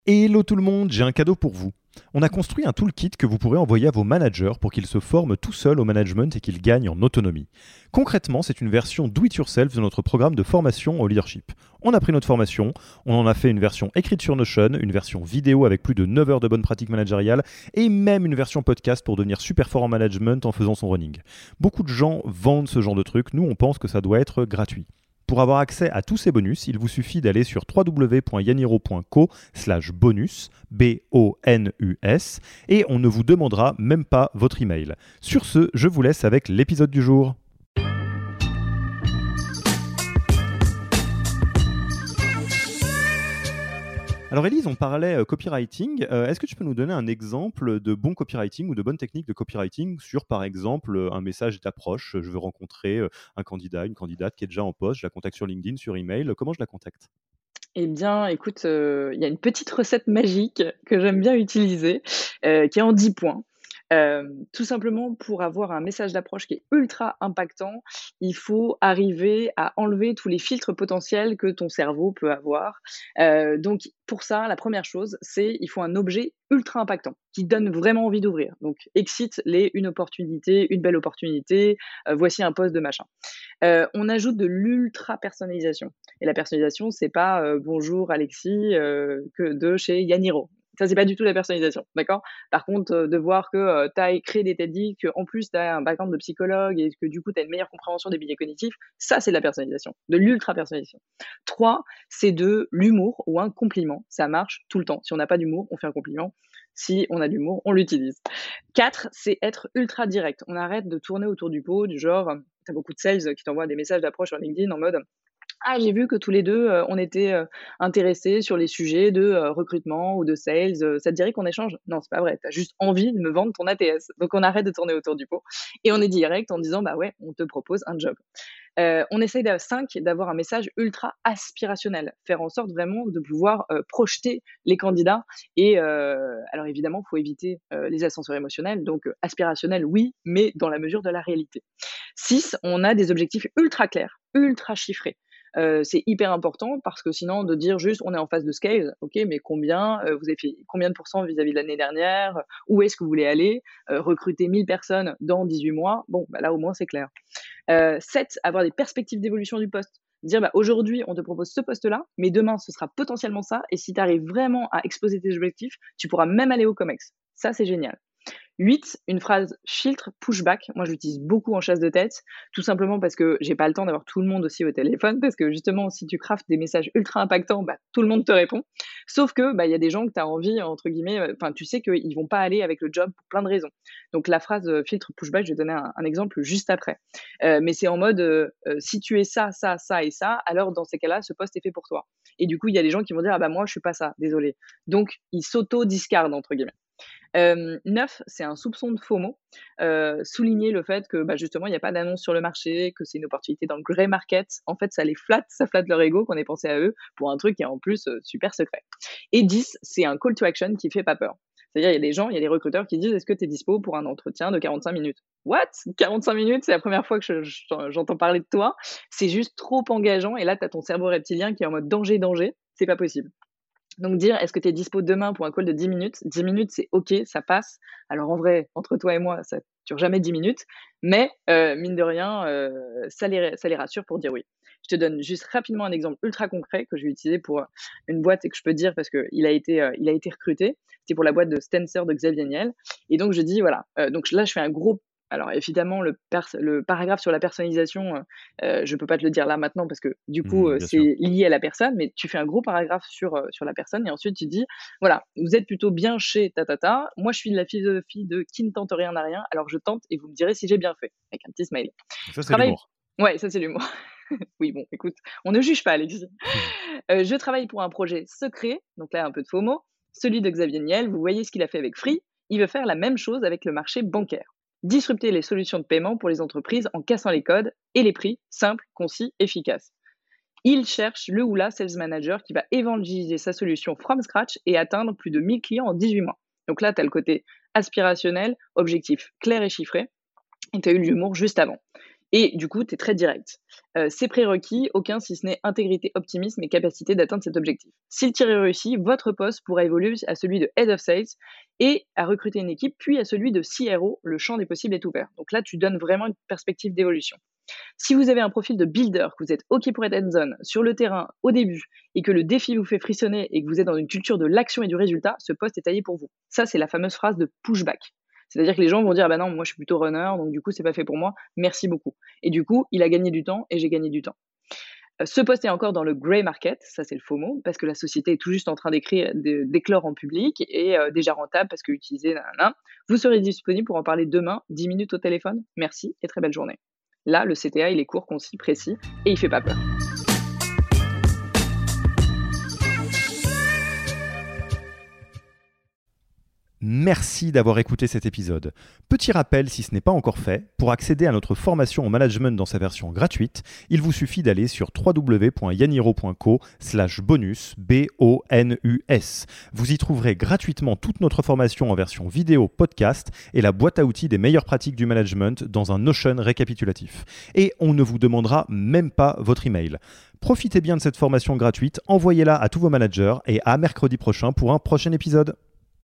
Hello tout le monde, j'ai un cadeau pour vous. On a construit un toolkit que vous pourrez envoyer à vos managers pour qu'ils se forment tout seuls au management et qu'ils gagnent en autonomie. Concrètement, c'est une version do-it-yourself de notre programme de formation au leadership. On a pris notre formation, on en a fait une version écrite sur Notion, une version vidéo avec plus de 9 heures de bonnes pratiques managériales et même une version podcast pour devenir super fort en management en faisant son running. Beaucoup de gens vendent ce genre de truc, nous on pense que ça doit être gratuit. Pour avoir accès à tous ces bonus, il vous suffit d'aller sur www.yaniro.co/bonus, B-O-N-U-S, et on ne vous demandera même pas votre email. Sur ce, je vous laisse avec l'épisode du jour. Alors Élise, on parlait copywriting. Est-ce que tu peux nous donner un exemple de bon copywriting ou de bonne technique de copywriting sur, par exemple, un message d'approche? Je veux rencontrer un candidat, une candidate qui est déjà en poste, je la contacte sur LinkedIn, sur email. Comment je la contacte? Eh bien, écoute, il y a une petite recette magique que j'aime bien utiliser, qui est en 10 points. Tout simplement pour avoir un message d'approche qui est ultra impactant, il faut arriver à enlever tous les filtres potentiels que ton cerveau peut avoir. Donc pour ça, la première chose, c'est il faut un objet ultra impactant, qui donne vraiment envie d'ouvrir. Donc excite les une opportunité, une belle opportunité, voici un poste de machin. On ajoute de l'ultra personnalisation et la personnalisation, c'est pas, «Bonjour Alexis, que de chez Yaniro». Ça, c'est pas du tout la personnalisation, d'accord? Par contre, de voir que, tu as créé des TEDx, qu'en plus tu as un background de psychologue et que du coup tu as une meilleure compréhension des biais cognitifs, ça, c'est de la personnalisation, de l'ultra personnalisation. 3, c'est de l'humour ou un compliment. Ça marche tout le temps. Si on n'a pas d'humour, on fait un compliment. Si on a de l'humour, on l'utilise. 4, c'est être ultra direct. On arrête de tourner autour du pot, du genre, tu as beaucoup de sales qui t'envoient des messages d'approche sur LinkedIn en mode: «Ah, j'ai vu que tous les 2, on était, intéressés sur les sujets de, recrutement ou de sales, ça te dirait qu'on échange?» Non, c'est pas vrai, tu as juste envie de me vendre ton ATS. Donc on arrête de tourner autour du pot et on est direct en disant: «Bah ouais, on te propose un job». On essaye 5 d'avoir un message ultra aspirationnel, faire en sorte vraiment de pouvoir, projeter les candidats et alors évidemment, il faut éviter, les ascenseurs émotionnels, donc aspirationnel oui, mais dans la mesure de la réalité. 6, on a des objectifs ultra clairs, ultra chiffrés. C'est hyper important parce que sinon de dire juste: «On est en phase de scale», OK, mais combien, vous avez fait combien de pourcents vis-à-vis de l'année dernière? Où est-ce que vous voulez aller? Recruter 1000 personnes dans 18 mois, bon, bah, là au moins c'est clair. 7, avoir des perspectives d'évolution du poste. Dire, bah, aujourd'hui, on te propose ce poste-là, mais demain, ce sera potentiellement ça. Et si tu arrives vraiment à exposer tes objectifs, tu pourras même aller au COMEX. Ça, c'est génial. 8, une phrase filtre pushback. Moi, je l'utilise beaucoup en chasse de tête, tout simplement parce que j'ai pas le temps d'avoir tout le monde aussi au téléphone, parce que justement, si tu craftes des messages ultra impactants, bah, tout le monde te répond. Sauf que, bah, il y a des gens que tu as envie, entre guillemets, enfin, tu sais qu'ils vont pas aller avec le job pour plein de raisons. Donc, la phrase filtre pushback, je vais donner un exemple juste après. Mais c'est en mode, si tu es ça, ça, ça et ça, alors dans ces cas-là, ce poste est fait pour toi. Et du coup, il y a des gens qui vont dire, ah bah moi, je suis pas ça, désolé. Donc, ils s'auto-discardent, entre guillemets. 9, c'est un soupçon de FOMO. Souligner le fait que, bah, justement, il y a pas d'annonce sur le marché, que c'est une opportunité dans le grey market. En fait, ça les flatte, ça flatte leur ego qu'on ait pensé à eux pour un truc qui est en plus, super secret. Et 10, c'est un call to action qui fait pas peur. C'est-à-dire, il y a des gens, il y a des recruteurs qui disent: «Est-ce que tu es dispo pour un entretien de 45 minutes?» What? 45 minutes? C'est la première fois que j'entends parler de toi. C'est juste trop engageant et là, tu as ton cerveau reptilien qui est en mode: «Danger, danger», c'est pas possible. Donc dire: «Est-ce que tu es dispo demain pour un call de 10 minutes?» 10 minutes, c'est OK, ça passe. Alors en vrai, entre toi et moi, ça dure jamais 10 minutes, mais mine de rien, ça les rassure pour dire oui. Je te donne juste rapidement un exemple ultra concret que je vais utiliser pour, une boîte et que je peux dire parce qu'il a été recruté. C'était pour la boîte de Stencer de Xavier Niel et donc je dis voilà, donc là je fais un gros alors évidemment le paragraphe sur la personnalisation, je peux pas te le dire là maintenant parce que du coup, Bien sûr. c'est lié à la personne, mais tu fais un gros paragraphe sur la personne et ensuite tu dis: «Voilà, vous êtes plutôt bien chez ta ta ta. Moi je suis de la philosophie de qui ne tente rien n'a rien, alors je tente et vous me direz si j'ai bien fait», avec un petit smiley. Ça, Je c'est travaille l'humour. Ouais, ça c'est l'humour. Oui, bon, écoute, on ne juge pas Alexis. Je travaille pour un projet secret, donc là un peu de FOMO, celui de Xavier Niel. Vous voyez ce qu'il a fait avec Free. Il veut faire la même chose avec le marché bancaire. Disrupter les solutions de paiement pour les entreprises en cassant les codes et les prix, simples, concis, efficaces. Il cherche le ou la sales manager qui va évangéliser sa solution from scratch et atteindre plus de 1000 clients en 18 mois. Donc là, tu as le côté aspirationnel, objectif clair et chiffré, et tu as eu l'humour juste avant. Et du coup, tu es très direct. Ces prérequis, aucun si ce n'est intégrité, optimisme et capacité d'atteindre cet objectif. Si le tir est réussi, votre poste pourra évoluer à celui de Head of Sales et à recruter une équipe, puis à celui de CRO. Le champ des possibles est ouvert. Donc là, tu donnes vraiment une perspective d'évolution. Si vous avez un profil de builder, que vous êtes OK pour être hands-on, sur le terrain, au début, et que le défi vous fait frissonner et que vous êtes dans une culture de l'action et du résultat, ce poste est taillé pour vous. Ça, c'est la fameuse phrase de pushback. C'est-à-dire que les gens vont dire, ah bah non, moi je suis plutôt runner, donc du coup, c'est pas fait pour moi, merci beaucoup. Et du coup, il a gagné du temps et j'ai gagné du temps. Ce poste est encore dans le grey market, ça c'est le faux mot, parce que la société est tout juste en train d'éclore en public et déjà rentable parce que utilisé, nanana. Vous serez disponible pour en parler demain, 10 minutes au téléphone. Merci et très belle journée. Là, le CTA, il est court, concis, précis et il fait pas peur. Merci d'avoir écouté cet épisode. Petit rappel, si ce n'est pas encore fait, pour accéder à notre formation au management dans sa version gratuite, il vous suffit d'aller sur www.yaniro.co/bonus, BONUS. Vous y trouverez gratuitement toute notre formation en version vidéo, podcast et la boîte à outils des meilleures pratiques du management dans un Notion récapitulatif. Et on ne vous demandera même pas votre email. Profitez bien de cette formation gratuite, envoyez-la à tous vos managers et à mercredi prochain pour un prochain épisode.